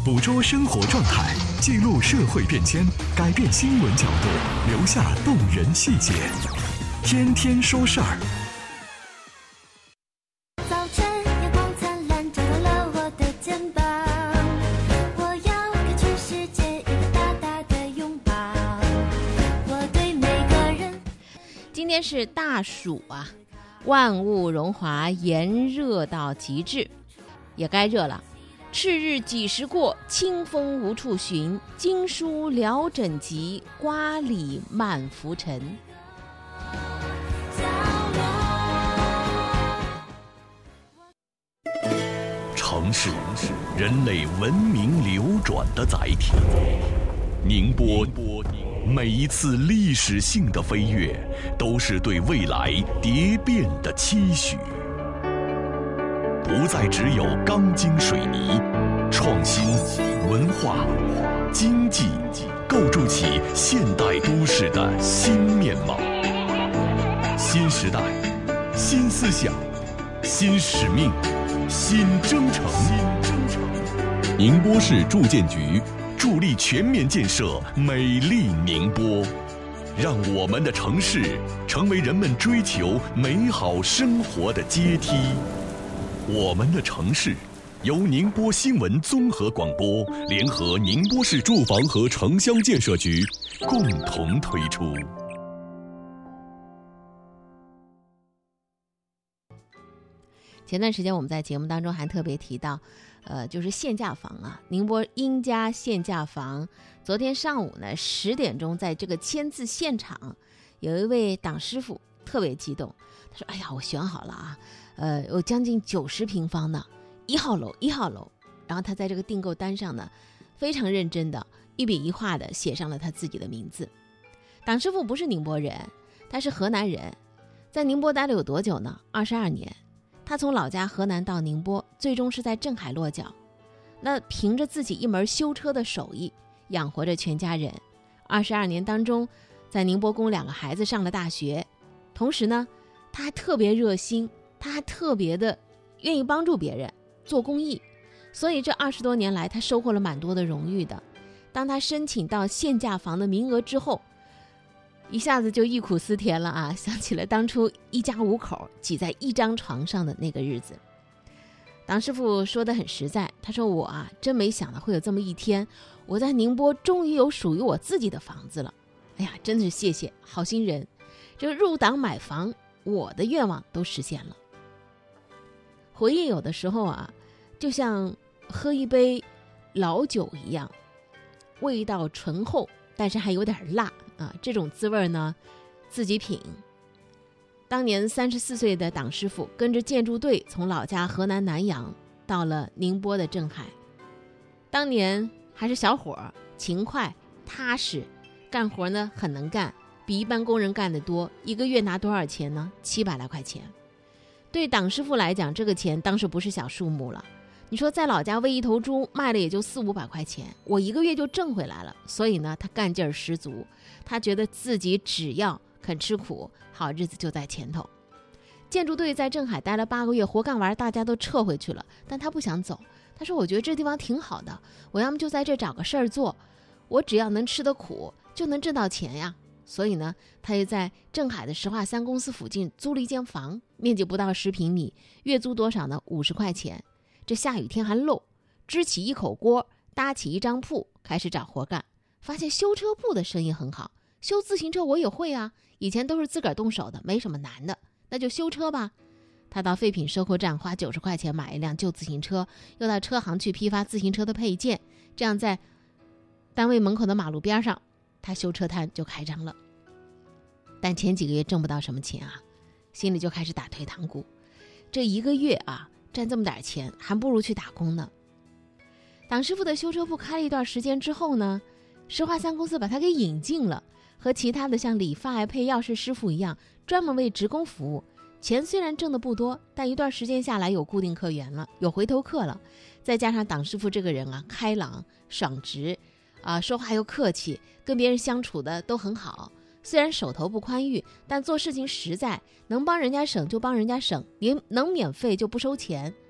捕捉生活状态，记录社会变迁，改变新闻角度，留下动人细节。天天说事儿。 早晨阳光灿烂，照到了我的肩膀，我要给全世界一个大大的拥抱。我对每个人。 今天是大暑啊，万物荣华，炎热到极致，也该热了。赤日几时过，清风无处寻。经书聊枕籍，瓜李漫浮尘。 城市，人类文明流转的载体。宁波，每一次历史性的飞跃，都是对未来蝶变的期许。不再只有钢筋水泥，创新、文化、经济，构筑起现代都市的新面貌。新时代，新思想，新使命，新征程。宁波市住建局助力全面建设美丽宁波，让我们的城市成为人们追求美好生活的阶梯。我们的城市由宁波新闻综合广播联合宁波市住房和城乡建设局共同推出。 前段时间我们在节目当中还特别提到，就是限价房啊，宁波英家限价房。昨天上午呢10点钟，在这个签字现场，有一位党师傅特别激动，他说：“哎呀，我选好了啊，有将近90平方呢，1号楼。”然后他在这个订购单上呢，非常认真的一笔一画的写上了他自己的名字。党师傅不是宁波人，他是河南人，在宁波待了有多久呢？22年。他从老家河南到宁波，最终是在镇海落脚。那凭着自己一门修车的手艺，养活着全家人。22年当中，在宁波供2个孩子上了大学。同时呢，他还特别热心，他还特别的愿意帮助别人，做公益。所以这20多年来，他收获了蛮多的荣誉的。当他申请到限价房的名额之后，一下子就忆苦思甜了啊，想起了当初一家5口挤在一张床上的那个日子。党师傅说得很实在，他说：“我啊，真没想到会有这么一天，我在宁波终于有属于我自己的房子了。哎呀，真的是谢谢好心人，这入党买房，我的愿望都实现了。”回忆有的时候啊，就像喝一杯老酒一样，味道醇厚，但是还有点辣啊，这种滋味呢，自己品。当年34岁的党师傅跟着建筑队从老家河南南阳到了宁波的镇海。当年还是小伙儿，勤快踏实，干活呢很能干，比一般工人干得多。一个月拿多少钱呢？700来块钱。对党师傅来讲，这个钱当时不是小数目了。你说在老家喂一头猪卖了也就400-500块钱，我一个月就挣回来了。所以呢，他干劲儿十足，他觉得自己只要肯吃苦，好日子就在前头。建筑队在镇海待了8个月，活干完大家都撤回去了，但他不想走。他说：“我觉得这地方挺好的，我要么就在这找个事儿做，我只要能吃得苦，就能挣到钱呀。”所以呢，他就在镇海的石化3公司附近租了一间房，面积不到10平米，月租多少呢？50块钱。这下雨天还漏，支起一口锅，搭起一张铺，开始找活干。发现修车铺的生意很好，修自行车我也会啊，以前都是自个儿动手的，没什么难的，那就修车吧。他到废品收购站花90块钱买一辆旧自行车，又到车行去批发自行车的配件，这样在单位门口的马路边上，他修车摊就开张了。但前几个月挣不到什么钱啊，心里就开始打退堂鼓。这一个月啊，赚这么点钱，还不如去打工呢。党师傅的修车铺开了一段时间之后呢，石化3公司把他给引进了，和其他的像理发配钥匙师傅一样，专门为职工服务。钱虽然挣得不多，但一段时间下来有固定客源了，有回头客了。再加上党师傅这个人啊，开朗爽直啊，说话又客气，跟别人相处的都很好。虽然手头不宽裕，但做事情实在，能帮人家省就帮人家省，能免费就不收钱。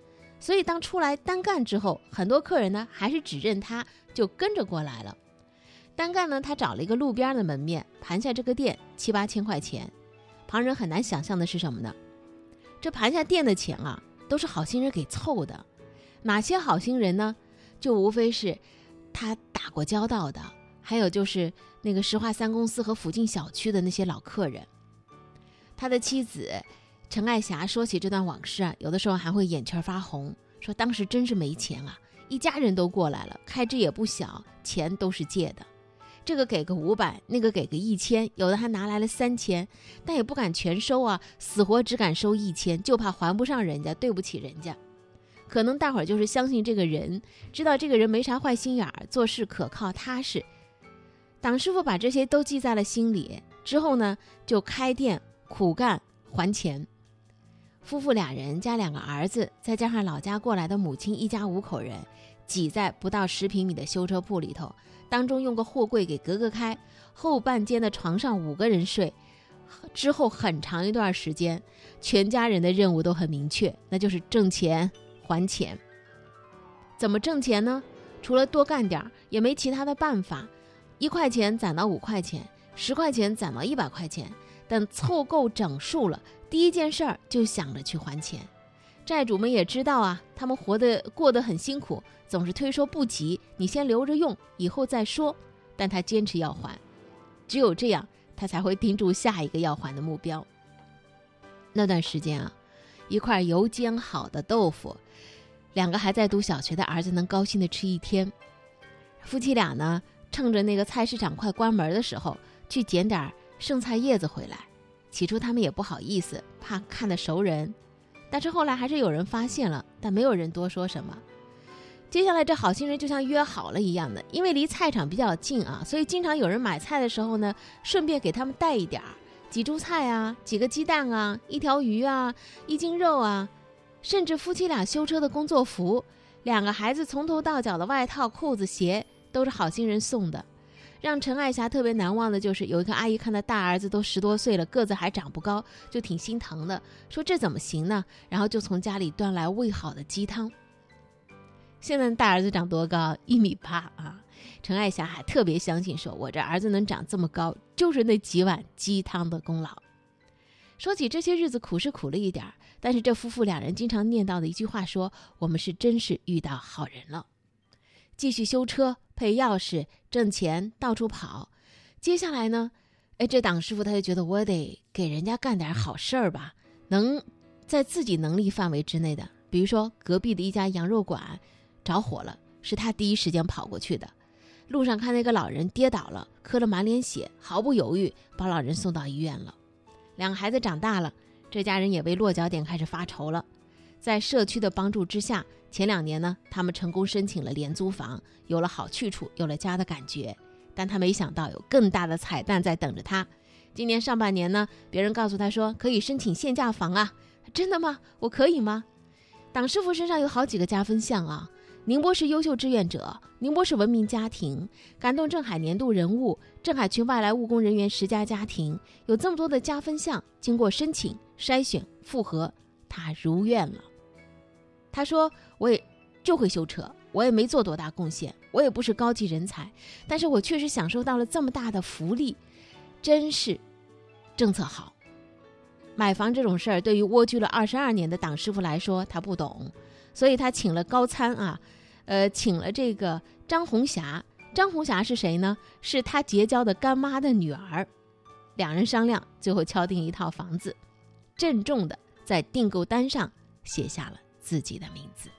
所以当出来单干之后，很多客人呢还是只认他，就跟着过来了。单干呢，他找了一个路边的门面，盘下这个店7、8千块钱。旁人很难想象的是什么呢？这盘下店的钱啊，都是好心人给凑的。哪些好心人呢？就无非是他打过交道的，还有就是那个石化3公司和附近小区的那些老客人。他的妻子陈爱霞说起这段往事啊，有的时候还会眼圈发红，说当时真是没钱啊，一家人都过来了，开支也不小，钱都是借的。这个给个500，那个给个1000，有的还拿来了3000，但也不敢全收啊，死活只敢收1000，就怕还不上人家，对不起人家。可能大伙儿就是相信这个人，知道这个人没啥坏心眼儿，做事可靠踏实。党师傅把这些都记在了心里，之后呢，就开店苦干还钱。夫妇2人加2个儿子，再加上老家过来的母亲，一家5口人，挤在不到10平米的修车铺里头，当中用个货柜给隔开，后半间的床上5个人睡。之后很长一段时间，全家人的任务都很明确，那就是挣钱还钱。怎么挣钱呢？除了多干点，也没其他的办法。1块钱攒到5块钱，10块钱攒到100块钱，等凑够整数了，第一件事儿就想着去还钱。债主们也知道啊，他们过得很辛苦，总是推说不急，你先留着用，以后再说。但他坚持要还，只有这样，他才会盯住下一个要还的目标。那段时间啊，一块油煎好的豆腐，2个还在读小学的儿子能高兴的吃1天。夫妻俩呢，趁着那个菜市场快关门的时候，去捡点剩菜叶子回来。起初他们也不好意思，怕看得熟人，但是后来还是有人发现了，但没有人多说什么。接下来这好心人就像约好了一样的，因为离菜场比较近啊，所以经常有人买菜的时候呢，顺便给他们带一点几株菜啊，几个鸡蛋啊，1条鱼啊，1斤肉啊，甚至夫妻俩修车的工作服，2个孩子从头到脚的外套、裤子、鞋都是好心人送的。让陈爱霞特别难忘的就是有一个阿姨看到大儿子都10多岁了，个子还长不高，就挺心疼的，说这怎么行呢？然后就从家里端来煨好的鸡汤。现在大儿子长多高？1.8米啊！陈爱霞还特别相信，说我这儿子能长这么高，就是那几碗鸡汤的功劳。说起这些日子苦是苦了一点，但是这夫妇2人经常念叨的一句话说，我们真是遇到好人了。继续修车，配钥匙，挣钱，到处跑。接下来呢，这党师傅他就觉得我得给人家干点好事儿吧，能在自己能力范围之内的。比如说隔壁的一家羊肉馆着火了，是他第一时间跑过去的。路上看那个老人跌倒了，磕了满脸血，毫不犹豫把老人送到医院了。2个孩子长大了，这家人也为落脚点开始发愁了。在社区的帮助之下，前2年呢，他们成功申请了廉租房，有了好去处，有了家的感觉。但他没想到有更大的彩蛋在等着他。今年上半年呢，别人告诉他说可以申请限价房啊。真的吗？我可以吗？党师傅身上有好几个加分项啊，宁波市优秀志愿者，宁波市文明家庭，感动镇海年度人物，镇海区外来务工人员10家家庭，有这么多的加分项，经过申请筛选复核，他如愿了。他说我也就会修车，我也没做多大贡献，我也不是高级人才，但是我确实享受到了这么大的福利，真是政策好。买房这种事儿对于蜗居了22年的党师傅来说他不懂，所以他请了高参啊，请了这个张红霞。张红霞是谁呢？是他结交的干妈的女儿。2人商量，最后敲定一套房子，郑重的在订购单上写下了自己的名字。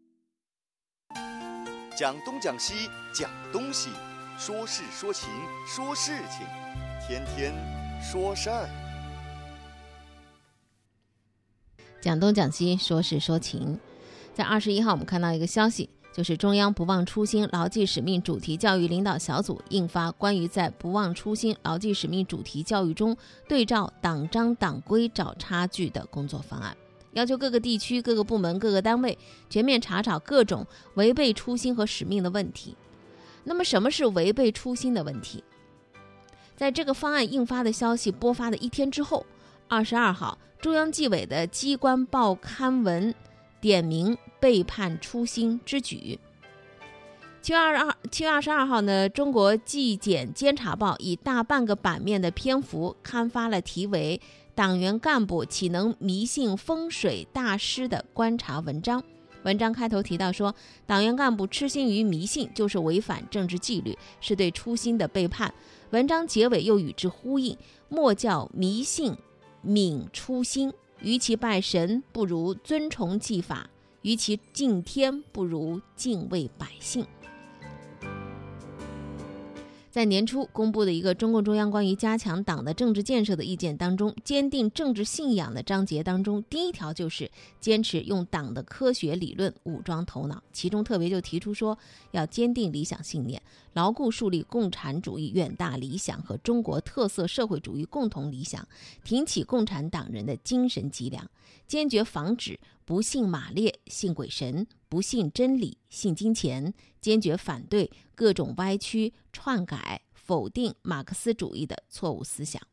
讲东讲西讲东西，说事说情说事情，天天说事儿。 讲东讲西说事说情。在21号我们看到一个消息，就是中央不忘初心牢记使命主题教育领导小组印发关于在不忘初心牢记使命主题教育中对照党章党规找差距的工作方案，要求各个地区、各个部门、各个单位全面查找各种违背初心和使命的问题。那么什么是违背初心的问题？在这个方案印发的消息播发的1天之后，22号中央纪委的机关报刊文点名背叛初心之举。7月22号呢，中国纪检监察报以大半个版面的篇幅刊发了题为《党员干部岂能迷信风水大师》的观察文章。文章开头提到说，党员干部痴心于迷信就是违反政治纪律，是对初心的背叛。文章结尾又与之呼应，莫教迷信泯初心，与其拜神不如尊崇纪法，与其敬天不如敬畏百姓。在年初公布的一个中共中央关于加强党的政治建设的意见当中，坚定政治信仰的章节当中，第一条就是坚持用党的科学理论武装头脑，其中特别就提出说，要坚定理想信念，牢固树立共产主义远大理想和中国特色社会主义共同理想，挺起共产党人的精神脊梁，坚决防止不信马列信鬼神，不信真理信金钱，坚决反对各种歪曲篡改否定马克思主义的错误思想。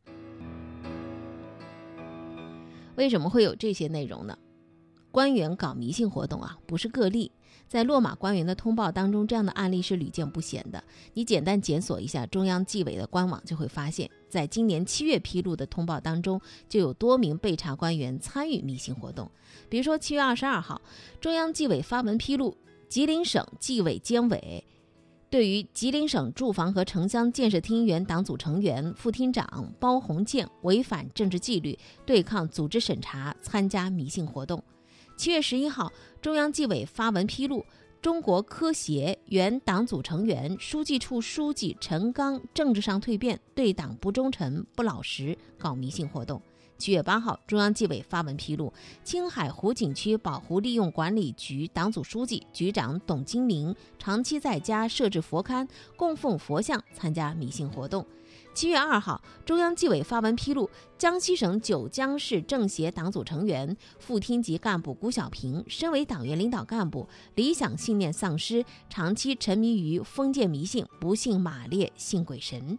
为什么会有这些内容呢？官员搞迷信活动啊，不是个例，在落马官员的通报当中，这样的案例是屡见不鲜的。你简单检索一下中央纪委的官网，就会发现在今年7月披露的通报当中，就有多名被查官员参与迷信活动。比如说7月22号，中央纪委发文披露，吉林省纪委监委对于吉林省住房和城乡建设厅原党组成员、副厅长包鸿渐违反政治纪律，对抗组织审查，参加迷信活动。7月11号，中央纪委发文披露，中国科协原党组成员、书记处书记陈刚政治上蜕变，对党不忠诚、不老实，搞迷信活动。7月8号，中央纪委发文披露，青海湖景区保护利用管理局党组书记、局长董金玲长期在家设置佛龛，供奉佛像，参加迷信活动。7月2号，中央纪委发文披露，江西省九江市政协党组成员、副厅级干部谷小平，身为党员领导干部，理想信念丧失，长期沉迷于封建迷信，不信马列，信鬼神。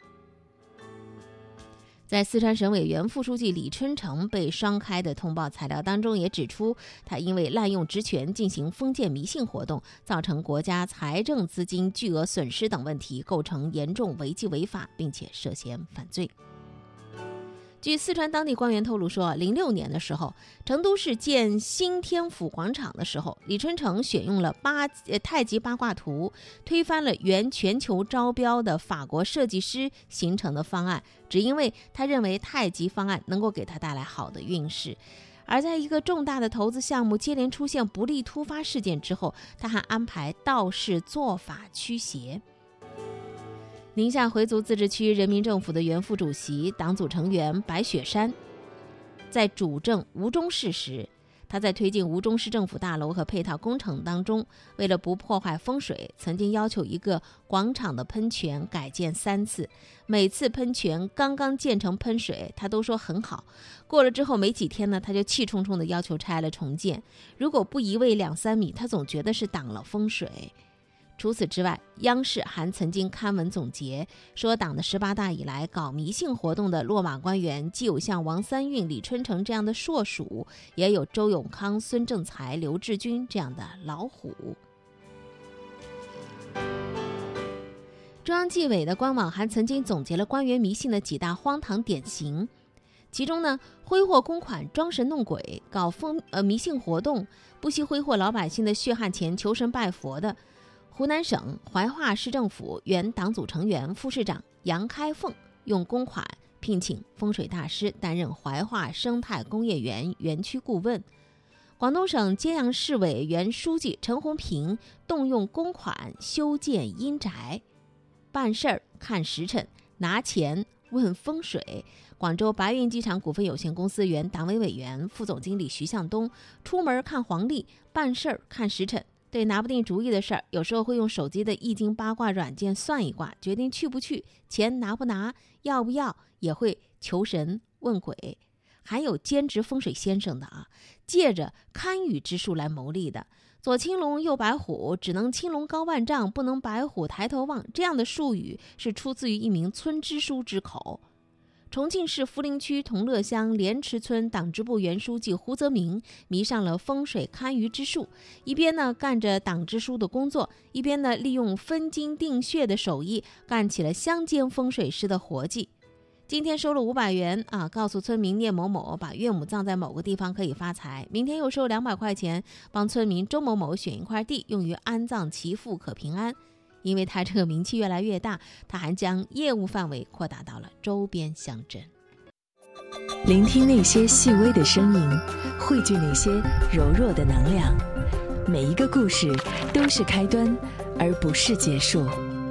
在四川省委原副书记李春城被双开的通报材料当中也指出，他因为滥用职权进行封建迷信活动，造成国家财政资金巨额损失等问题，构成严重违纪违法，并且涉嫌犯罪。据四川当地官员透露说，06年的时候，成都市建新天府广场的时候，李春城选用了太极八卦图，推翻了原全球招标的法国设计师形成的方案，只因为他认为太极方案能够给他带来好的运势。而在一个重大的投资项目接连出现不利突发事件之后，他还安排道士做法驱邪。宁夏回族自治区人民政府的原副主席、党组成员白雪山，在主政吴中市时，他在推进吴中市政府大楼和配套工程当中，为了不破坏风水，曾经要求一个广场的喷泉改建3次，每次喷泉刚刚建成喷水，他都说很好。过了之后没几天呢，他就气冲冲的要求拆了重建，如果不移位2-3米，他总觉得是挡了风水。除此之外，央视还曾经刊文总结说，党的18大以来搞迷信活动的落马官员，既有像王三运、李春城这样的硕鼠，也有周永康、孙政才、刘志军这样的老虎。中央纪委的官网还曾经总结了官员迷信的几大荒唐典型，其中呢，挥霍公款、装神弄鬼、搞迷信活动，不惜挥霍老百姓的血汗钱求神拜佛的，湖南省怀化市政府原党组成员、副市长杨开凤用公款聘请风水大师担任怀化生态工业园园区顾问。广东省揭阳市委原书记陈洪平动用公款修建阴宅。办事儿看时辰，拿钱问风水。广州白云机场股份有限公司原党委委员、副总经理徐向东出门看黄历，办事儿看时辰。对拿不定主意的事儿，有时候会用手机的易经八卦软件算一卦，决定去不去，钱拿不拿，要不要，也会求神问鬼。还有兼职风水先生的借着堪舆之术来牟利的，左青龙右白虎，只能青龙高万丈，不能白虎抬头望，这样的术语是出自于一名村支书之口。 重庆市涪陵区同乐乡莲池村党支部原书记胡泽明迷上了风水堪舆之术，一边呢干着党支书的工作，一边呢利用分金定穴的手艺干起了乡间风水师的活计。今天收了500元告诉村民聂某某把岳母葬在某个地方可以发财，明天又收200块钱帮村民周某某选一块地用于安葬其父可平安。因为他这个名气越来越大，他还将业务范围扩大到了周边乡镇。 聆听那些细微的声音，汇聚那些柔弱的能量，每一个故事都是开端，而不是结束。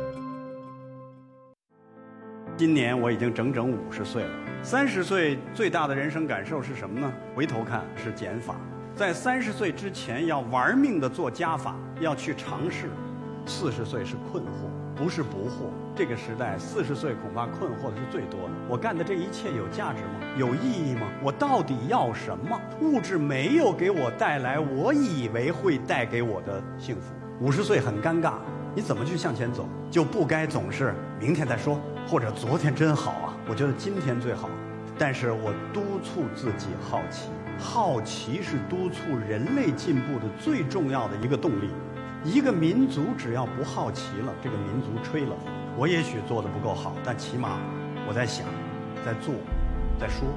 今年我已经整整50岁了。30岁最大的人生感受是什么呢？回头看是减法。在30岁之前要玩命的做加法，要去尝试。40岁是困惑，不是不惑。这个时代40岁恐怕困惑的是最多的。我干的这一切有价值吗？有意义吗？我到底要什么？物质没有给我带来我以为会带给我的幸福。50岁很尴尬，你怎么去向前走？就不该总是明天再说，或者昨天真好啊，我觉得今天最好。但是我督促自己好奇，好奇是督促人类进步的最重要的一个动力。一个民族只要不好奇了，这个民族吹了。我也许做得不够好，但起码我在想，在做，在说。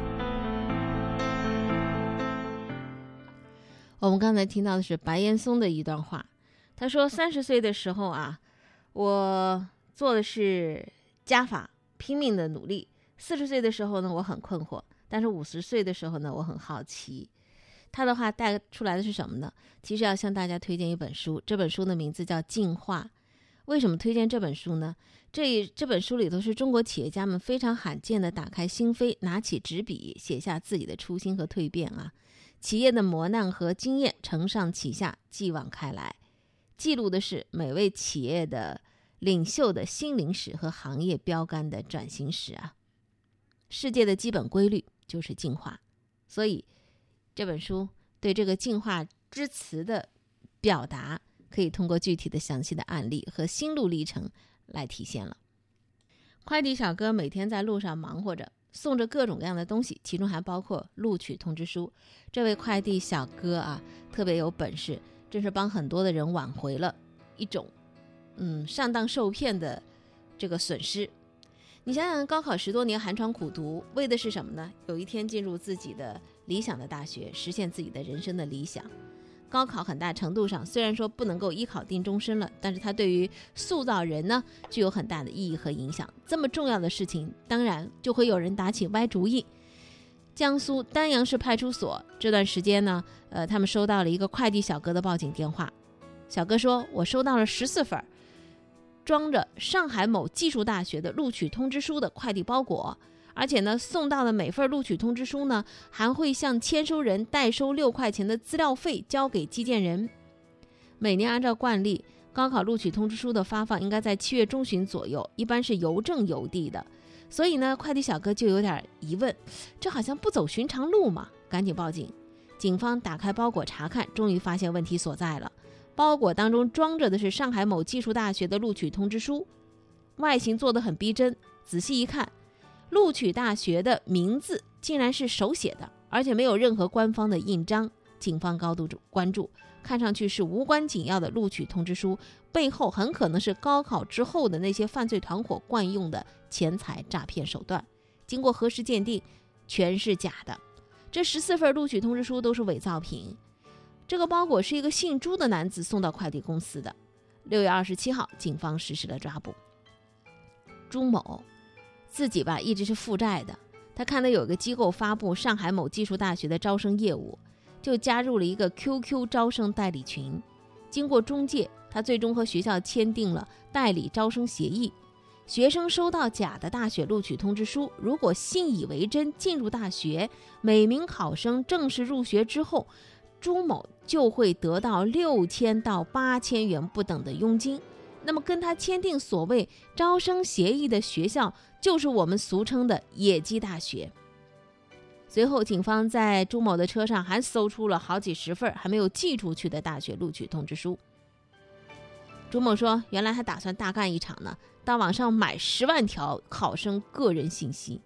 我们刚才听到的是白岩松的一段话，他说30岁的时候我做的是加法，拼命的努力。40岁的时候呢，我很困惑，但是50岁的时候呢，我很好奇。他的话带出来的是什么呢？其实要向大家推荐一本书，这本书的名字叫《进化》。为什么推荐这本书呢？这本书里头是中国企业家们非常罕见的打开心扉，拿起纸笔写下自己的初心和蜕变企业的磨难和经验承上启下，继往开来，记录的是每位企业的领袖的心灵史和行业标杆的转型史世界的基本规律就是进化，所以这本书对这个进化之词的表达，可以通过具体的详细的案例和心路历程来体现了。快递小哥每天在路上忙活着，送着各种各样的东西，其中还包括录取通知书。这位快递小哥特别有本事，真是帮很多的人挽回了一种上当受骗的这个损失。你想想，高考10多年寒窗苦读，为的是什么呢？有一天进入自己的理想的大学，实现自己的人生的理想。高考很大程度上虽然说不能够一考定终身了，但是它对于塑造人呢具有很大的意义和影响。这么重要的事情，当然就会有人打起歪主意。江苏丹阳市派出所这段时间呢，他们收到了一个快递小哥的报警电话。小哥说，我收到了14份装着上海某技术大学的录取通知书的快递包裹，而且呢，送到的每份录取通知书呢，还会向签收人代收6块钱的资料费交给寄件人。每年按照惯例，高考录取通知书的发放应该在7月中旬左右，一般是邮政邮递的。所以呢，快递小哥就有点疑问，这好像不走寻常路嘛，赶紧报警。警方打开包裹查看，终于发现问题所在了。包裹当中装着的是上海某技术大学的录取通知书，外形做得很逼真，仔细一看，录取大学的名字竟然是手写的，而且没有任何官方的印章。警方高度关注，看上去是无关紧要的录取通知书，背后很可能是高考之后的那些犯罪团伙惯用的钱财诈骗手段。经过核实鉴定，全是假的。这14份录取通知书都是伪造品。这个包裹是一个姓朱的男子送到快递公司的。6月27号，警方实施了抓捕。朱某自己一直是负债的，他看到有一个机构发布上海某技术大学的招生业务，就加入了一个 QQ 招生代理群。经过中介，他最终和学校签订了代理招生协议。学生收到假的大学录取通知书，如果信以为真进入大学，每名考生正式入学之后，朱某就会得到6000到8000元不等的佣金。那么跟他签订所谓招生协议的学校，就是我们俗称的野鸡大学。随后警方在朱某的车上还搜出了好几十份还没有寄出去的大学录取通知书。朱某说，原来他打算大干一场呢，到网上买10万条考生个人信息。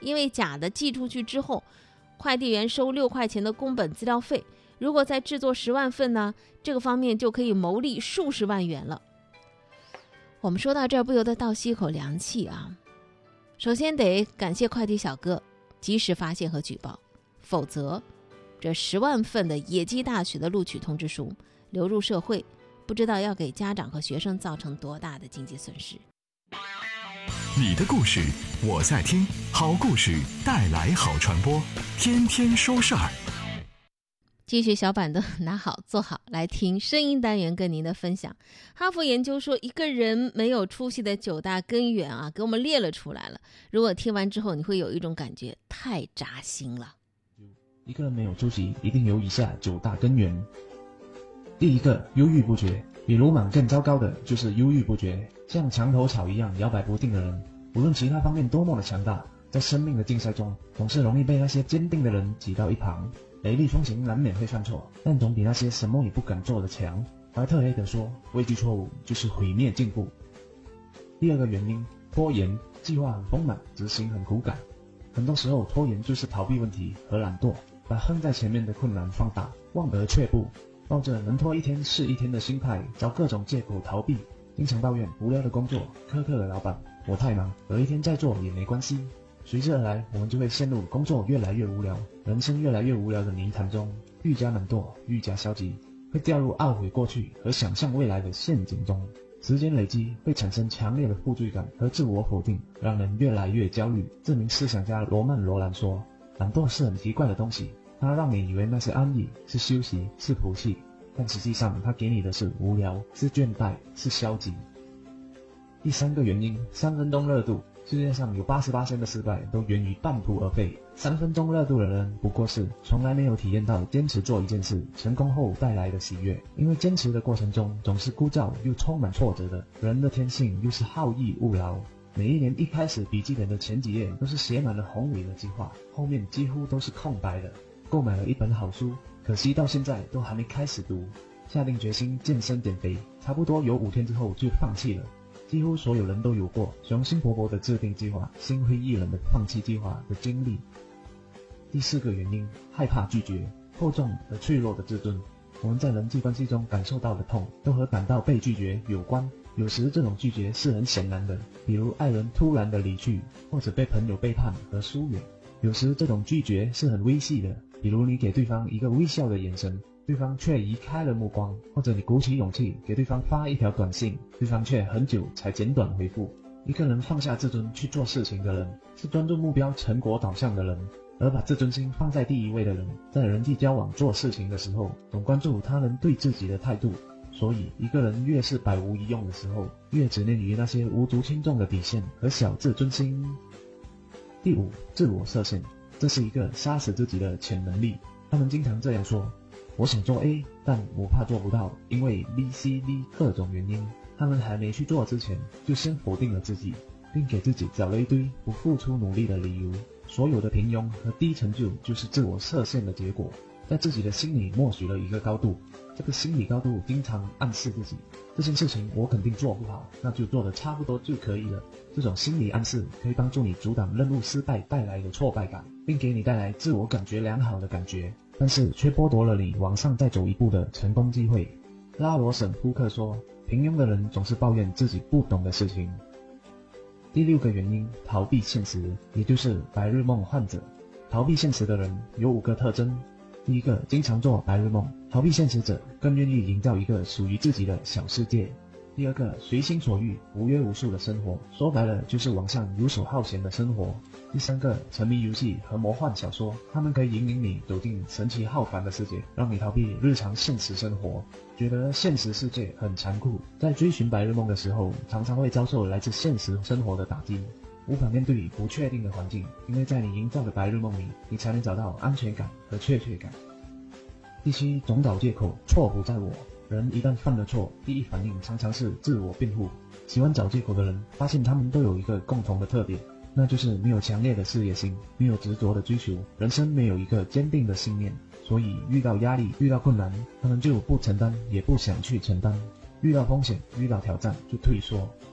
因为假的寄出去之后，快递员收6块钱的工本资料费，如果再制作10万份呢，这个方面就可以牟利数十万元了。我们说到这儿不由得倒吸一口凉气啊！首先得感谢快递小哥及时发现和举报，否则这10万份的野鸡大曲的录取通知书流入社会，不知道要给家长和学生造成多大的经济损失。 你的故事我在听，好故事带来好传播，天天说事儿。 继续小板凳拿好坐好，来听声音单元跟您的分享。哈佛研究说，一个人没有出息的9大根源啊，给我们列了出来了。如果听完之后，你会有一种感觉，太扎心了。 一个人没有出息，一定有以下9大根源。第一个，忧郁不决。比鲁莽更糟糕的就是忧郁不决，像墙头草一样摇摆不定的人，无论其他方面多么的强大，在生命的竞赛中，总是容易被那些坚定的人挤到一旁。雷厉风行难免会犯错，但总比那些什么也不敢做的强。怀特黑德说，畏惧错误就是毁灭进步。第二个原因，拖延。计划很丰满，执行很苦感。很多时候拖延就是逃避问题和懒惰，把横在前面的困难放大，望而却步，抱着能拖一天是一天的心态，找各种借口逃避，经常抱怨无聊的工作、苛刻的老板，我太忙，隔一天再做也没关系。随之而来，我们就会陷入工作越来越无聊，人生越来越无聊的泥潭中，愈加懒惰，愈加消极，会掉入懊悔过去和想象未来的陷阱中。时间累积会产生强烈的负罪感和自我否定，让人越来越焦虑。知名思想家罗曼·罗兰说，懒惰是很奇怪的东西，它让你以为那是安逸，是休息，是福气，但实际上它给你的是无聊，是倦怠，是消极。第三个原因，3分钟热度。世界上有88%的失败都源于半途而废。3分钟热度的人不过是从来没有体验到坚持做一件事成功后带来的喜悦，因为坚持的过程中总是枯燥又充满挫折的，人的天性又是好逸恶劳。每一年一开始，笔记本的前几页都是写满了宏伟的计划，后面几乎都是空白的。购买了一本好书，可惜到现在都还没开始读。下定决心健身减肥，差不多有5天之后就放弃了。几乎所有人都有过雄心勃勃的制定计划，心灰意冷的放弃计划的经历。第4个原因，害怕拒绝。厚重而脆弱的自尊，我们在人际关系中感受到的痛，都和感到被拒绝有关。有时这种拒绝是很显然的，比如爱人突然的离去，或者被朋友背叛和疏远。有时这种拒绝是很微细的，比如你给对方一个微笑的眼神，对方却移开了目光，或者你鼓起勇气给对方发一条短信，对方却很久才简短回复。一个人放下自尊去做事情的人，是专注目标成果导向的人，而把自尊心放在第一位的人，在人际交往做事情的时候，总关注他人对自己的态度。所以一个人越是百无一用的时候，越执念于那些无足轻重的底线和小自尊心。第5，自我设限。这是一个杀死自己的潜能力。他们经常这样说，我想做 A， 但我怕做不到，因为 B、C、D 各种原因。他们还没去做之前，就先否定了自己，并给自己找了一堆不付出努力的理由。所有的平庸和低成就就是自我设限的结果，在自己的心里默许了一个高度，这个心理高度经常暗示自己，这件事情我肯定做不好，那就做得差不多就可以了。这种心理暗示可以帮助你阻挡任务失败带来的挫败感，并给你带来自我感觉良好的感觉，但是却剥夺了你往上再走一步的成功机会。拉罗什夫克说，平庸的人总是抱怨自己不懂的事情。第6个原因，逃避现实，也就是白日梦患者。逃避现实的人有5个特征。第1个，经常做白日梦。逃避现实者更愿意营造一个属于自己的小世界。第2个，随心所欲、无约无束的生活，说白了就是网上游手好闲的生活。第3个，沉迷游戏和魔幻小说，他们可以引领你走进神奇浩繁的世界，让你逃避日常现实生活，觉得现实世界很残酷。在追寻白日梦的时候，常常会遭受来自现实生活的打击，无法面对不确定的环境，因为在你营造的白日梦里，你才能找到安全感和确切感。第7，总找借口，错不在我。人一旦犯了错，第一反应常常是自我辩护。喜欢找借口的人，发现他们都有一个共同的特点，那就是没有强烈的事业心，没有执着的追求，人生没有一个坚定的信念，所以遇到压力、遇到困难，他们就不承担，也不想去承担。遇到风险、遇到挑战就退缩。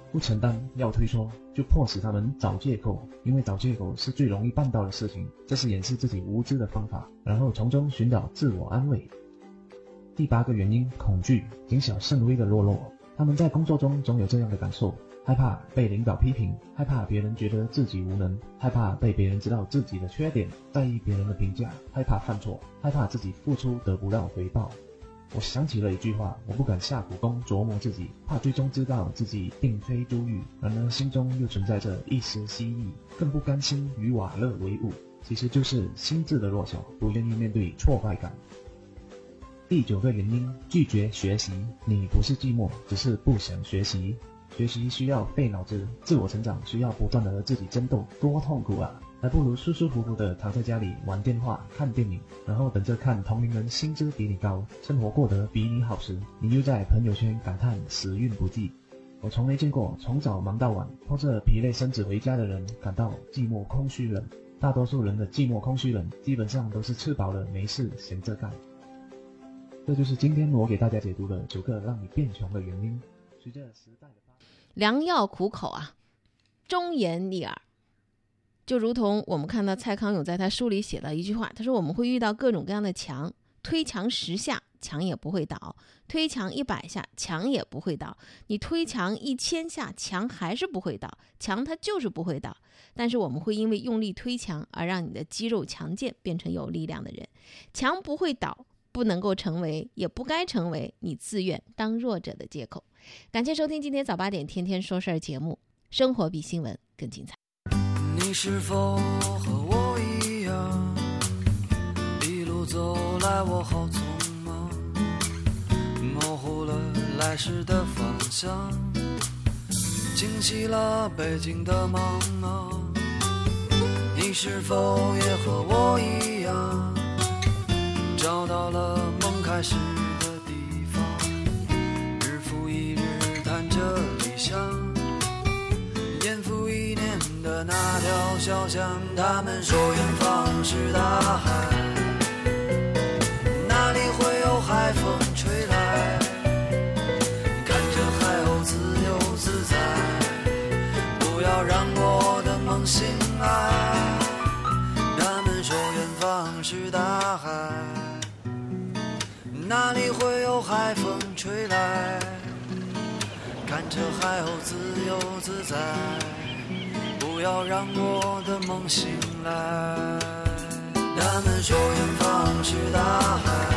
不承担要退缩，就迫使他们找借口，因为找借口是最容易办到的事情，这是掩饰自己无知的方法，然后从中寻找自我安慰。第8个原因，恐惧，谨小慎微的懦弱。他们在工作中总有这样的感受，害怕被领导批评，害怕别人觉得自己无能，害怕被别人知道自己的缺点，在意别人的评价，害怕犯错，害怕自己付出得不到回报。我想起了一句话，我不敢下苦功琢磨自己，怕最终知道自己并非珠玉，然而心中又存在着一丝希翼，更不甘心与瓦勒为伍，其实就是心智的弱小，不愿意面对挫败感。第9个原因，拒绝学习。你不是寂寞，只是不想学习。学习需要费脑子，自我成长需要不断的和自己争斗，多痛苦啊！还不如舒舒服服的躺在家里玩电话、看电影，然后等着看同龄人薪资比你高，生活过得比你好时，你又在朋友圈感叹时运不济。我从没见过从早忙到晚，拖着疲累身子回家的人感到寂寞空虚冷。大多数人的寂寞空虚冷，基本上都是吃饱了没事闲着干。这就是今天我给大家解读的9个让你变穷的原因。随着时代的发展， 良药苦口啊，忠言逆耳。就如同我们看到蔡康永在他书里写了一句话，他说我们会遇到各种各样的墙，推墙10下墙也不会倒，推墙100下墙也不会倒，你推墙1000下墙还是不会倒，墙它就是不会倒。但是我们会因为用力推墙而让你的肌肉强健，变成有力量的人。墙不会倒，不能够成为，也不该成为你自愿当弱者的借口。感谢收听今天早8点天天说事儿节目，生活比新闻更精彩。 你是否和我一样，一路走来我好匆忙，模糊了来时的方向，惊起了北京的茫茫。你是否也和我一样，找到了梦开始的地方，日复一日谈着理想，年复一年的那条小巷，他们说远方是大海，哪里会有海风吹来，看着海鸥自由自在，不要让我的梦醒来。他们说远方是大海，哪里会有海风吹来，看着海鸥自由自在，不要让我的梦醒来。他们说远方是大海，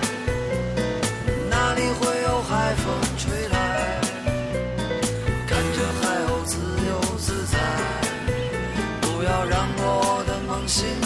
哪里会有海风吹来，看着海鸥自由自在，不要让我的梦醒